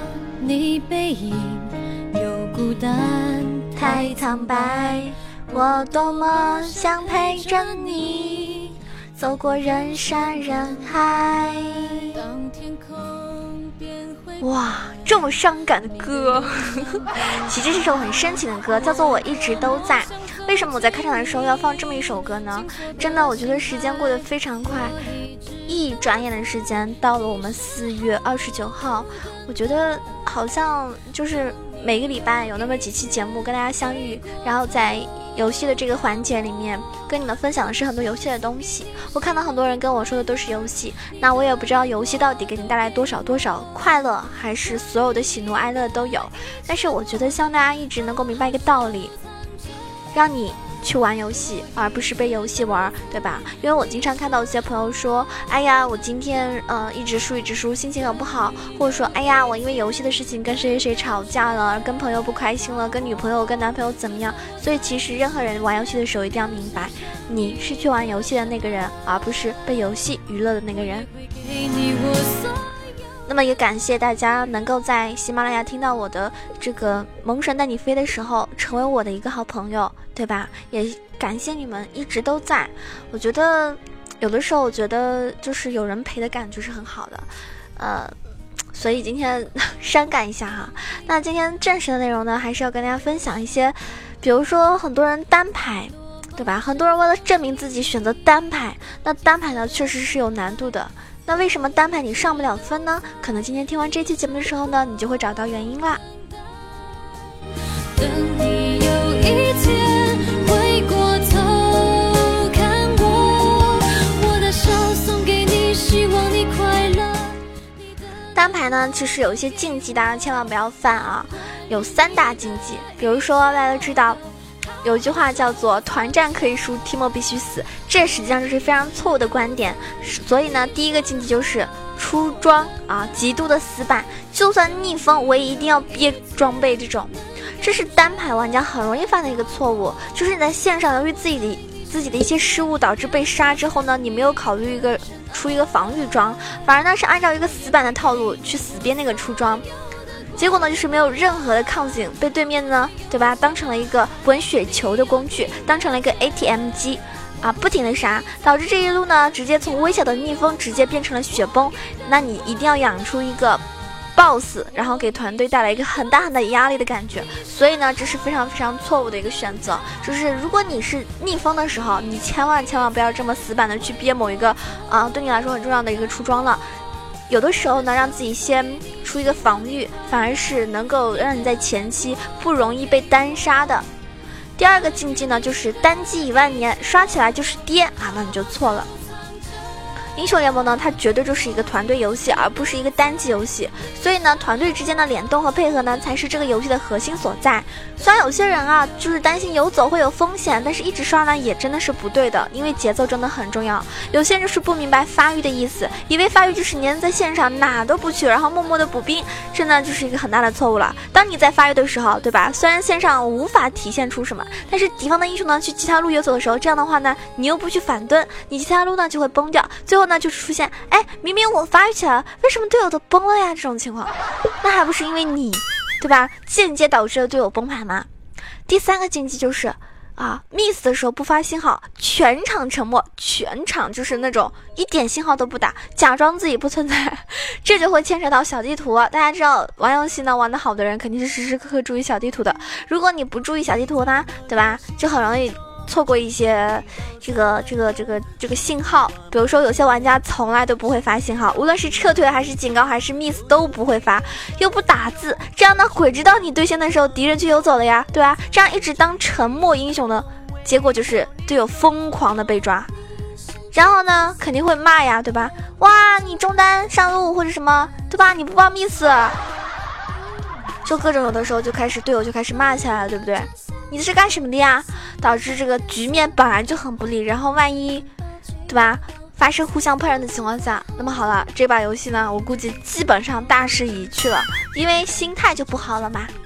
你背影又孤单太苍白，我多么想陪着你走过人山人海。哇，这么伤感的歌其实是首很深情的歌，叫做我一直都在。为什么我在开场的时候要放这么一首歌呢？真的我觉得时间过得非常快，一转眼的时间到了我们4月29号，我觉得好像就是每个礼拜有那么几期节目跟大家相遇，然后在游戏的这个环节里面跟你们分享的是很多游戏的东西。我看到很多人跟我说的都是游戏，那我也不知道游戏到底给你带来多少快乐，还是所有的喜怒哀乐都有。但是我觉得希望大家一直能够明白一个道理，让你去玩游戏而不是被游戏玩，对吧？因为我经常看到一些朋友说，哎呀我今天一直输心情很不好，或者说哎呀我因为游戏的事情跟谁吵架了，跟朋友不开心了，跟女朋友跟男朋友怎么样。所以其实任何人玩游戏的时候一定要明白，你是去玩游戏的那个人，而不是被游戏娱乐的那个人。那么也感谢大家能够在喜马拉雅听到我的这个萌神带你飞的时候成为我的一个好朋友，对吧？也感谢你们一直都在。我觉得有的时候我觉得就是有人陪的感觉是很好的，所以今天伤感一下哈。那今天正式的内容呢，还是要跟大家分享一些，比如说很多人单排，对吧？很多人为了证明自己选择单排，那单排呢确实是有难度的。那为什么单排你上不了分呢？可能今天听完这期节目的时候呢，你就会找到原因啦。等你有一天回过头看我的笑送给你，希望你快乐。单排呢其实有一些禁忌，大家千万不要犯啊，有3大禁忌。比如说大家都知道有句话叫做团战可以输，team必须死，这实际上就是非常错误的观点。所以呢，第一个禁忌就是出装啊，极度的死板，就算逆风我也一定要憋装备，这是单排玩家很容易犯的一个错误。就是你在线上由于自己的一些失误导致被杀之后呢，你没有考虑出一个防御装，反而呢是按照一个死板的套路去死憋那个出装。结果呢就是没有任何的抗警，被对面呢，对吧，当成了一个滚雪球的工具，当成了一个 ATM 机啊，不停的杀，导致这一路呢直接从微小的逆风直接变成了雪崩。那你一定要养出一个 BOSS， 然后给团队带来一个很大的压力的感觉。所以呢这是非常非常错误的一个选择，就是如果你是逆风的时候，你千万不要这么死板的去憋某一个对你来说很重要的一个出装了。有的时候呢让自己先出一个防御，反而是能够让你在前期不容易被单杀的。第二个禁忌呢就是单机10000年，刷起来就是爹啊，那你就错了。英雄联盟呢它绝对就是一个团队游戏，而不是一个单机游戏，所以呢团队之间的联动和配合呢才是这个游戏的核心所在。虽然有些人啊就是担心游走会有风险，但是一直刷呢也真的是不对的，因为节奏真的很重要。有些人就是不明白发育的意思，以为发育就是黏在线上哪都不去，然后默默的补兵，这呢就是一个很大的错误了。当你在发育的时候，对吧，虽然线上无法体现出什么，但是敌方的英雄呢去其他路游走的时候，这样的话呢你又不去反蹲，你其他路呢就会崩掉，最后呢就是出现明明我发育起来了，为什么队友都崩了呀，这种情况，那还不是因为你，对吧，间接导致了队友崩盘吗？第3个禁忌就是miss 的时候不发信号，全场沉默，全场就是那种一点信号都不打，假装自己不存在，这就会牵扯到小地图。大家知道玩游戏呢玩得好的人肯定是时时刻刻注意小地图的，如果你不注意小地图呢，对吧，就很容易错过一些这个信号。比如说有些玩家从来都不会发信号，无论是撤退还是警告还是 miss 都不会发，又不打字，这样呢鬼知道你对线的时候敌人就游走了呀，对吧？这样一直当沉默英雄呢，结果就是队友疯狂的被抓，然后呢肯定会骂呀，对吧？哇你中单上路或者什么，对吧？你不报 miss， 就各种有的时候队友就开始骂起来了，对不对？你这是干什么的呀？导致这个局面本来就很不利，然后万一，对吧，发生互相碰人的情况下，那么好了，这把游戏呢我估计基本上大势已去了，因为心态就不好了嘛。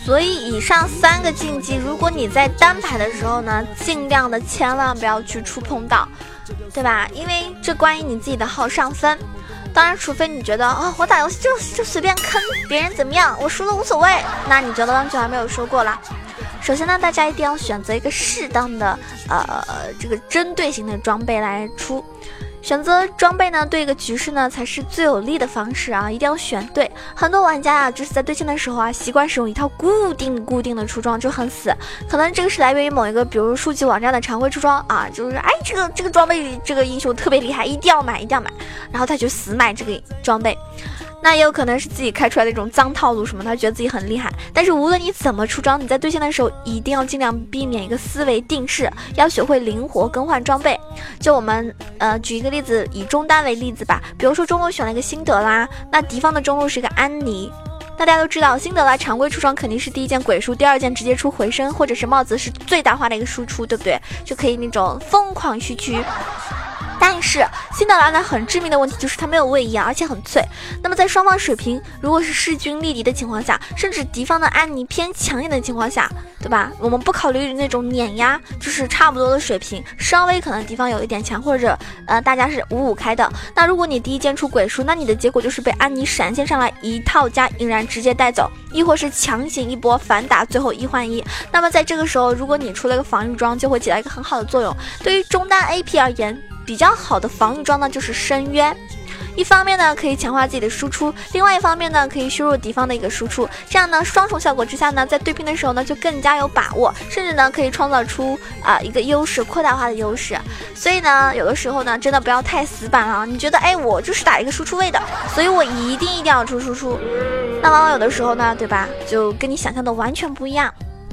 所以以上3个禁忌，如果你在单排的时候呢，尽量的千万不要去触碰到，对吧？因为这关于你自己的号上分。当然，除非你觉得我打游戏就随便坑别人怎么样，我输了无所谓，那你就当就还没有说过啦。首先呢，大家一定要选择一个适当的这个针对性的装备来出。选择装备呢，对一个局势呢才是最有利的方式啊！一定要选对。很多玩家啊，就是在对线的时候啊，习惯使用一套固定的出装，就很死。可能这个是来源于某一个，比如数据网站的常规出装啊，就是这个装备这个英雄特别厉害，一定要买，然后他就死买这个装备。那也有可能是自己开出来的一种脏套路什么，他觉得自己很厉害。但是无论你怎么出装，你在对线的时候一定要尽量避免一个思维定式，要学会灵活更换装备。就我们举一个例子，以中单为例子吧，比如说中路选了一个辛德拉，那敌方的中路是一个安妮。大家都知道，辛德拉常规出装肯定是第一件鬼术，第二件直接出回声或者是帽子，是最大化的一个输出，对不对？就可以那种疯狂虚区。但是辛德拉呢，很致命的问题就是它没有位移啊，而且很脆。那么在双方水平如果是势均力敌的情况下，甚至敌方的安妮偏强一点的情况下，对吧？我们不考虑那种碾压，就是差不多的水平，稍微可能敌方有一点强，或者大家是5-5开的。那如果你第一件出鬼术，那你的结果就是被安妮闪现上来一套加引燃直接带走，亦或是强行一波反打，最后1换1。那么在这个时候，如果你出了个防御装，就会起到一个很好的作用。对于中单 AP 而言，比较好的防御装呢就是深渊。一方面呢可以强化自己的输出，另外一方面呢可以削弱敌方的一个输出，这样呢双重效果之下呢，在对拼的时候呢就更加有把握，甚至呢可以创造出一个优势，扩大化的优势。所以呢有的时候呢真的不要太死板了，你觉得我就是打一个输出位的，所以我一定要出输出，那往往有的时候呢，对吧，就跟你想象的完全不一样。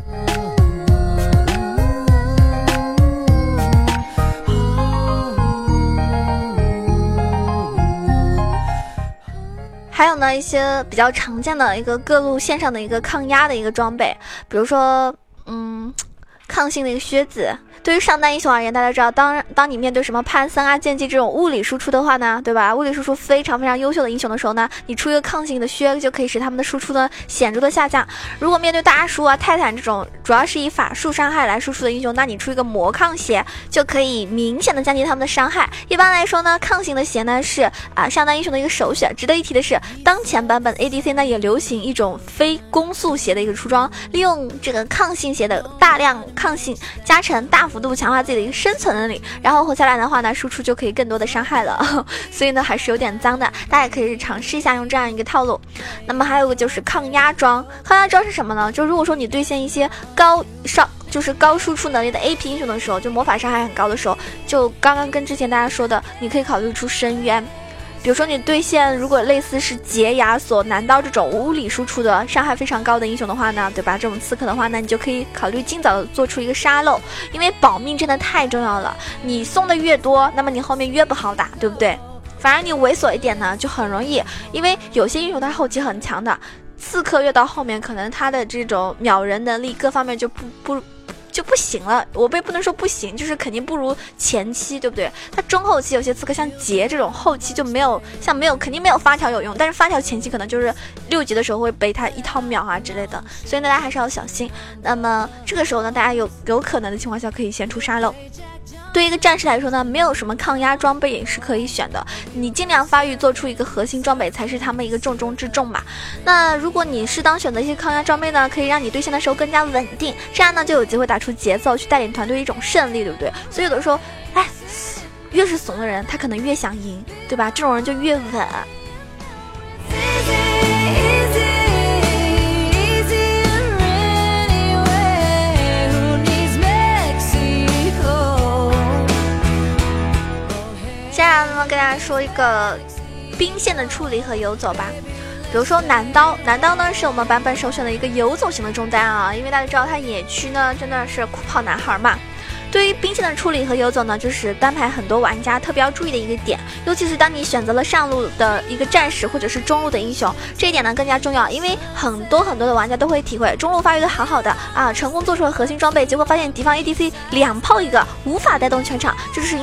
还有呢，一些比较常见的一个各路线上的一个抗压的一个装备，比如说抗性的一个靴子。对于上单英雄而言，大家知道，当你面对什么潘森啊、剑姬这种物理输出的话呢，对吧？物理输出非常优秀的英雄的时候呢，你出一个抗性的靴就可以使他们的输出呢显著的下降。如果面对大叔啊、泰坦这种主要是以法术伤害来输出的英雄，那你出一个魔抗鞋就可以明显的降低他们的伤害。一般来说呢，抗性的鞋呢是上单英雄的一个首选。值得一提的是，当前版本 ADC 呢也流行一种非攻速鞋的一个出装，利用这个抗性鞋的大量抗性加成，大幅度强化自己的一个生存能力，然后活下来的话呢，输出就可以更多的伤害了。所以呢还是有点脏的，大家也可以尝试一下用这样一个套路。那么还有个就是抗压装。抗压装是什么呢？就如果说你对线一些就是高输出能力的 AP 英雄的时候，就魔法伤害很高的时候，就刚刚跟之前大家说的，你可以考虑出深渊。比如说你对线如果类似是杰亚索、男刀这种物理输出的伤害非常高的英雄的话呢，对吧？这种刺客的话呢，你就可以考虑尽早的做出一个沙漏，因为保命真的太重要了。你送的越多，那么你后面越不好打，对不对？反而你猥琐一点呢，就很容易，因为有些英雄他后期很强的，刺客越到后面，可能他的这种秒人能力各方面就不行了。我不能说不行，就是肯定不如前期，对不对？他中后期有些刺客像杰这种后期就肯定没有发条有用，但是发条前期可能就是6级的时候会被他一套秒啊之类的，所以大家还是要小心。那么这个时候呢，大家有可能的情况下可以先出沙漏。对于一个战士来说呢，没有什么抗压装备也是可以选的，你尽量发育做出一个核心装备才是他们一个重中之重嘛。那如果你适当选择一些抗压装备呢，可以让你对线的时候更加稳定，这样呢就有机会打出节奏，去带领团队一种胜利，对不对？所以有的时候越是怂的人他可能越想赢，对吧？这种人就越稳。接下来呢，跟大家说一个兵线的处理和游走吧。比如说男刀呢是我们版本首选的一个游走型的中单啊，因为大家知道他野区呢真的是酷跑男孩嘛。对于兵线的处理和游走呢，就是单排很多玩家特别要注意的一个点，尤其是当你选择了上路的一个战士或者是中路的英雄，这一点呢更加重要，因为很多的玩家都会体会，中路发育的好的成功做出了核心装备，结果发现敌方 ADC2炮一个无法带动全场，这就是因为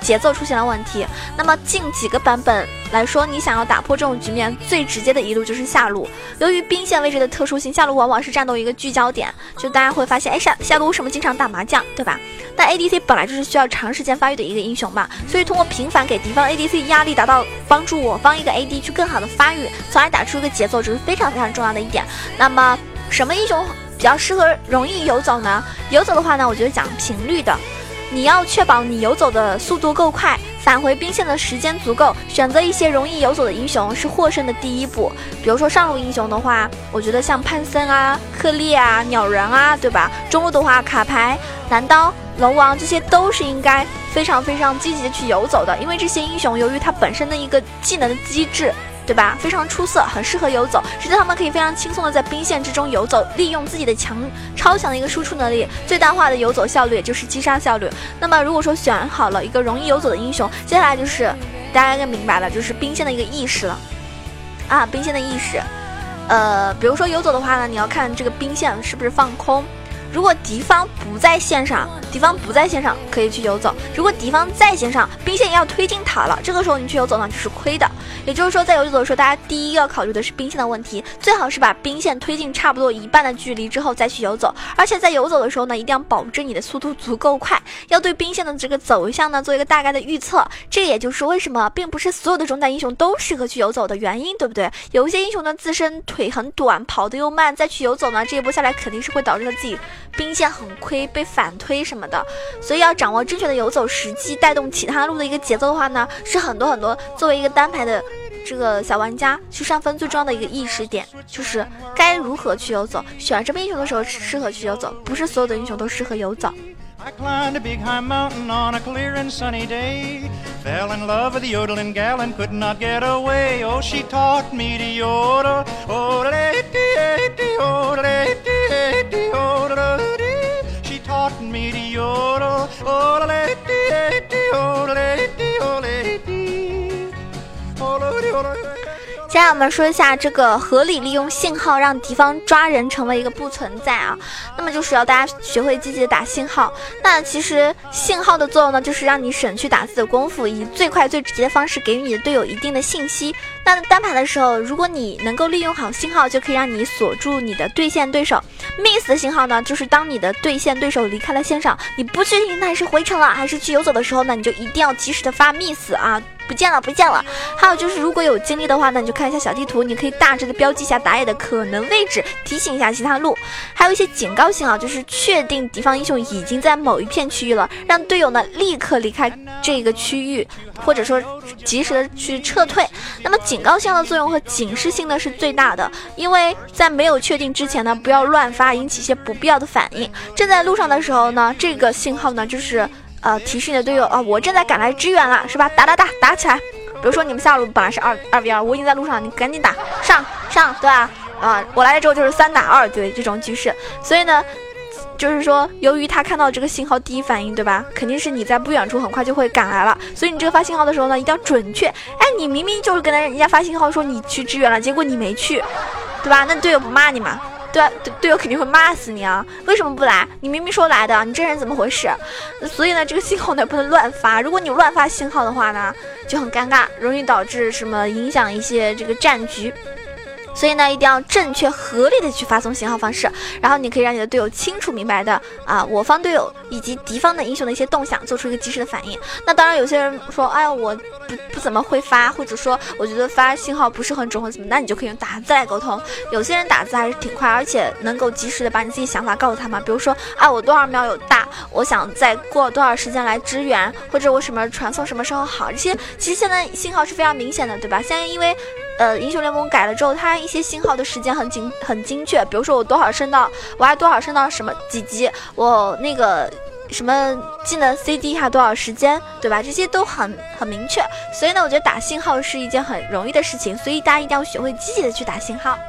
节奏出现了问题。那么近几个版本来说，你想要打破这种局面，最直接的一路就是下路。由于兵线位置的特殊性，下路往往是战斗一个聚焦点，就大家会发现，下路为什么经常打麻将，对吧？但 ADC 本来就是需要长时间发育的一个英雄嘛，所以通过频繁给敌方 ADC 压力，达到帮助我方一个 AD 去更好的发育，从而打出一个节奏，这是非常非常重要的一点。那么什么英雄比较适合容易游走呢？游走的话呢，我觉得讲频率的，你要确保你游走的速度够快，返回兵线的时间足够，选择一些容易游走的英雄是获胜的第一步。比如说上路英雄的话，我觉得像潘森啊、克烈啊、鸟人啊，对吧？中路的话，卡牌、蓝刀、龙王这些都是应该非常非常积极的去游走的，因为这些英雄由于它本身的一个技能的机制，对吧？非常出色，很适合游走，使得他们可以非常轻松的在兵线之中游走，利用自己的超强的一个输出能力，最大化的游走效率，也就是击杀效率。那么如果说选好了一个容易游走的英雄，接下来就是大家应该明白了，就是兵线的一个意识了啊，兵线的意识。比如说游走的话呢，你要看这个兵线是不是放空。如果敌方不在线上可以去游走，如果敌方在线上，兵线要推进塔了，这个时候你去游走呢就是亏的。也就是说，在游走的时候，大家第一要考虑的是兵线的问题，最好是把兵线推进差不多一半的距离之后再去游走。而且在游走的时候呢，一定要保证你的速度足够快，要对兵线的这个走向呢做一个大概的预测。这也就是为什么并不是所有的中单英雄都适合去游走的原因，对不对？有一些英雄呢自身腿很短，跑得又慢，再去游走呢，这一波下来肯定是会导致他自己兵线很亏，被反推什么的。所以要掌握正确的游走时机，带动其他路的一个节奏的话呢，是很多作为一个单排的这个小玩家去上分最重要的一个意识点，就是该如何去游走。选什么英雄的时候适合去游走，不是所有的英雄都适合游走。 I climbed a big high mountain on a clear and sunny day. Fell in love with a yodeling gal and could not get away. Oh, she taught me to yodel. Oh-da-dee-dee-dee, oh-da-dee-dee-dee, oh-da-dee. She taught me to yodel. Oh-da-dee-dee-dee, oh-da-dee-dee, oh-da-dee-dee, oh-da-dee-dee. 接下来我们说一下这个合理利用信号让敌方抓人成为一个不存在啊，那么就是要大家学会积极的打信号。那其实信号的作用呢，就是让你省去打字的功夫，以最快最直接的方式给予你的队友一定的信息。那单排的时候，如果你能够利用好信号，就可以让你锁住你的对线对手。miss 的信号呢，就是当你的对线对手离开了线上，你不确定他是回城了还是去游走的时候呢，你就一定要及时的发 miss 啊，不见了。还有就是如果有精力的话呢，你就看一下小地图，你可以大致的标记一下打野的可能位置，提醒一下其他路。还有一些警告信号，就是确定敌方英雄已经在某一片区域了，让队友呢立刻离开这个区域，或者说及时的去撤退。那么警告信号的作用和警示性呢是最大的，因为在没有确定之前呢，不要乱发，引起一些不必要的反应。正在路上的时候呢，这个信号呢就是提示你的队友啊，我正在赶来支援了，是吧？打起来！比如说你们下路本来是2v2，我已经在路上，你赶紧打上，对吧？我来了之后就是3打2，对这种局势。所以呢，就是说，由于他看到这个信号第一反应，对吧？肯定是你在不远处很快就会赶来了，所以你这个发信号的时候呢，一定要准确。你明明就是跟人家发信号说你去支援了，结果你没去，对吧？那队友不骂你吗？对啊，队友肯定会骂死你啊！为什么不来？你明明说来的，你这人怎么回事？所以呢，这个信号呢不能乱发。如果你乱发信号的话呢，就很尴尬，容易导致什么影响一些这个战局。所以呢，一定要正确合理的去发送信号方式，然后你可以让你的队友清楚明白的我方队友以及敌方的英雄的一些动向，做出一个及时的反应。那当然，有些人说，我不怎么会发，或者说我觉得发信号不是很准或怎么，那你就可以用打字来沟通。有些人打字还是挺快，而且能够及时的把你自己想法告诉他们。比如说我多少秒有大，我想再过多少时间来支援，或者我什么传送什么时候好，这些其实现在信号是非常明显的，对吧？现在因为英雄联盟改了之后，它一些信号的时间很精确。比如说我多少升到什么几级，我那个什么技能 CD 还多少时间，对吧？这些都很明确。所以呢，我觉得打信号是一件很容易的事情，所以大家一定要学会积极的去打信号。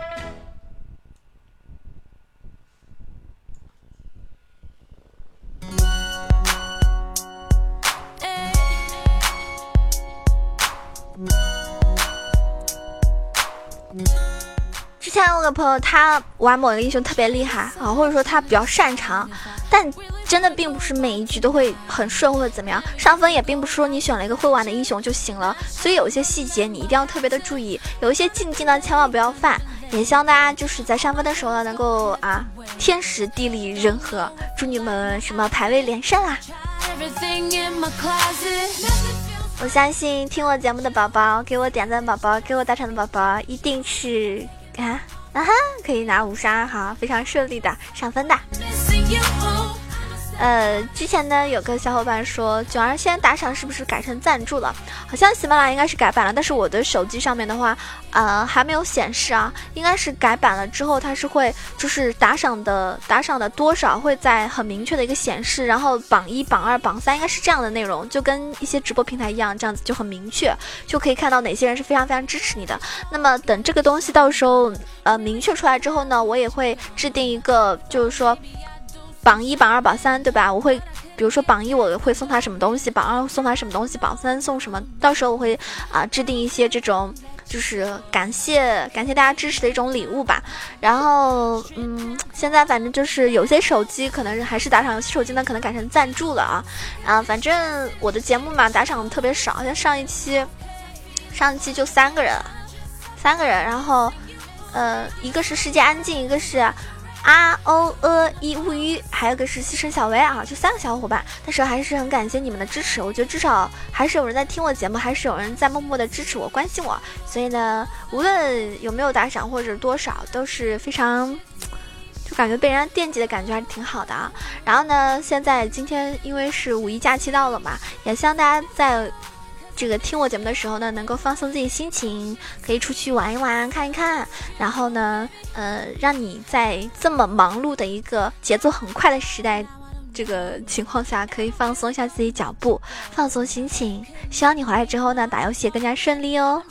之前前我有个朋友，他玩某一个英雄特别厉害啊，或者说他比较擅长，但真的并不是每一局都会很顺或者怎么样，上分也并不是说你选了一个会玩的英雄就行了，所以有一些细节你一定要特别的注意，有一些禁忌呢千万不要犯。也希望大家就是在上分的时候呢能够天时地利人和，祝你们什么排位连胜啊！我相信听我节目的宝宝，给我点赞的宝宝，给我打赏的宝宝，一定是可以拿5杀哈，非常顺利的上分的。之前呢有个小伙伴说囧儿现在打赏是不是改成赞助了，好像喜马拉雅应该是改版了，但是我的手机上面的话还没有显示啊，应该是改版了之后它是会就是打赏的多少会在很明确的一个显示，然后榜1榜2榜3应该是这样的内容，就跟一些直播平台一样，这样子就很明确，就可以看到哪些人是非常非常支持你的。那么等这个东西到时候明确出来之后呢，我也会制定一个就是说榜1榜2榜3对吧，我会比如说榜1我会送他什么东西，榜2送他什么东西，榜3送什么，到时候我会制定一些这种就是感谢大家支持的一种礼物吧。然后现在反正就是有些手机可能还是打赏，有些手机呢可能改成赞助了反正我的节目嘛打赏特别少，像上一期就3个人，然后一个是世界安静，一个是一乌鱼，还有个是牺牲小薇就3个小伙伴，但是还是很感谢你们的支持，我觉得至少还是有人在听我节目，还是有人在默默的支持我关心我，所以呢无论有没有打赏或者多少都是非常就感觉被人家惦记的感觉还是挺好的然后呢现在今天因为是5一假期到了嘛，也希望大家在这个听我节目的时候呢能够放松自己心情，可以出去玩一玩看一看，然后呢让你在这么忙碌的一个节奏很快的时代这个情况下可以放松一下自己脚步，放松心情，希望你回来之后呢打游戏也更加顺利哦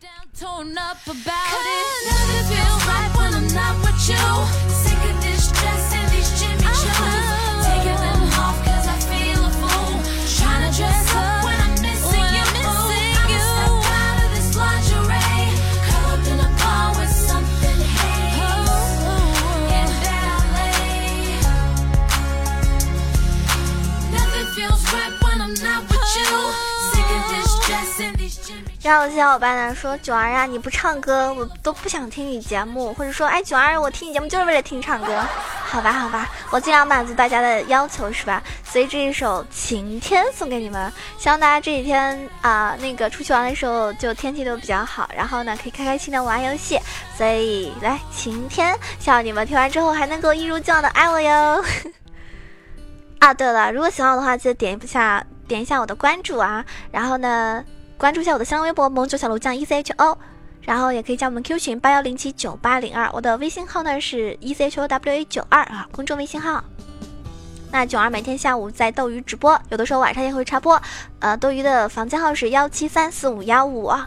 然后有些小伙伴呢说囧儿你不唱歌我都不想听你节目，或者说囧儿我听你节目就是为了听你唱歌，好吧我尽量满足大家的要求是吧，所以这一首晴天送给你们，希望大家这几天那个出去玩的时候就天气都比较好，然后呢可以开开心的玩游戏，所以来晴天，希望你们听完之后还能够一如既往的爱我哟对了，如果喜欢我的话记得点一下我的关注然后呢关注一下我的新浪微博萌九小楼酱 ECHO， 然后也可以加我们 Q 群81079802，我的微信号呢是 ECHOWA92 公众微信号。那囧儿每天下午在斗鱼直播，有的时候晚上也会插播，斗鱼的房间号是1734515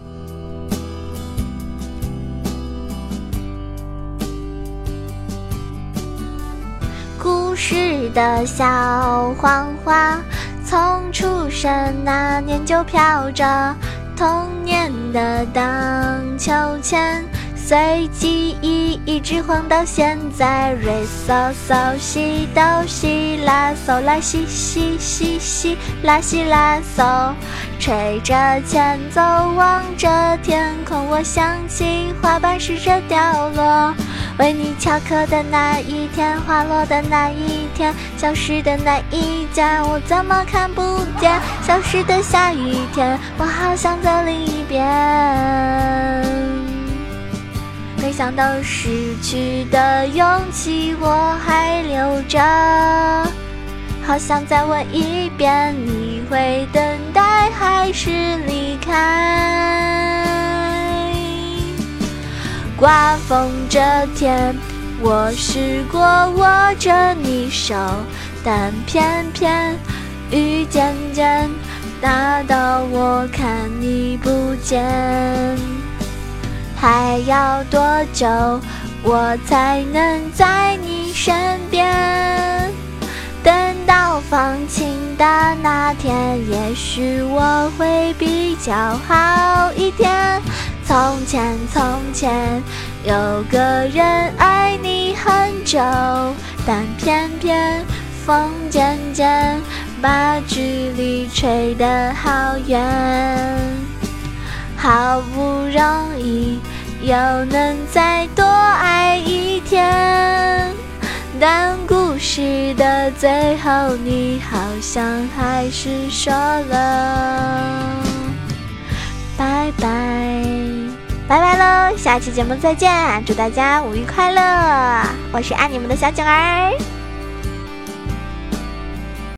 故事的小黄花从出生那年就飘着，童年的荡秋千随记忆一直晃到现在，瑞嗦嗦西哆西拉嗦啦西西西西拉西拉嗦，吹着前奏望着天空，我想起花瓣试着掉落，为你翘课的那一天，滑落的那一天，消失的那一天，我怎么看不见？消失的下雨天，我好想在另一边。没想到失去的勇气我还留着，好想再问一遍，你会等待还是离开？刮风这天我试过握着你手，但偏偏雨渐渐大到我看你不见，还要多久我才能在你身边？等到放晴的那天，也许我会比较好一点。从前从前有个人爱你很久，但偏偏风渐渐把距离吹得好远。好不容易又能再多爱一天，但故事的最后你好像还是说了拜拜。拜拜喽，下期节目再见，祝大家5一快乐！我是爱你们的小囧儿。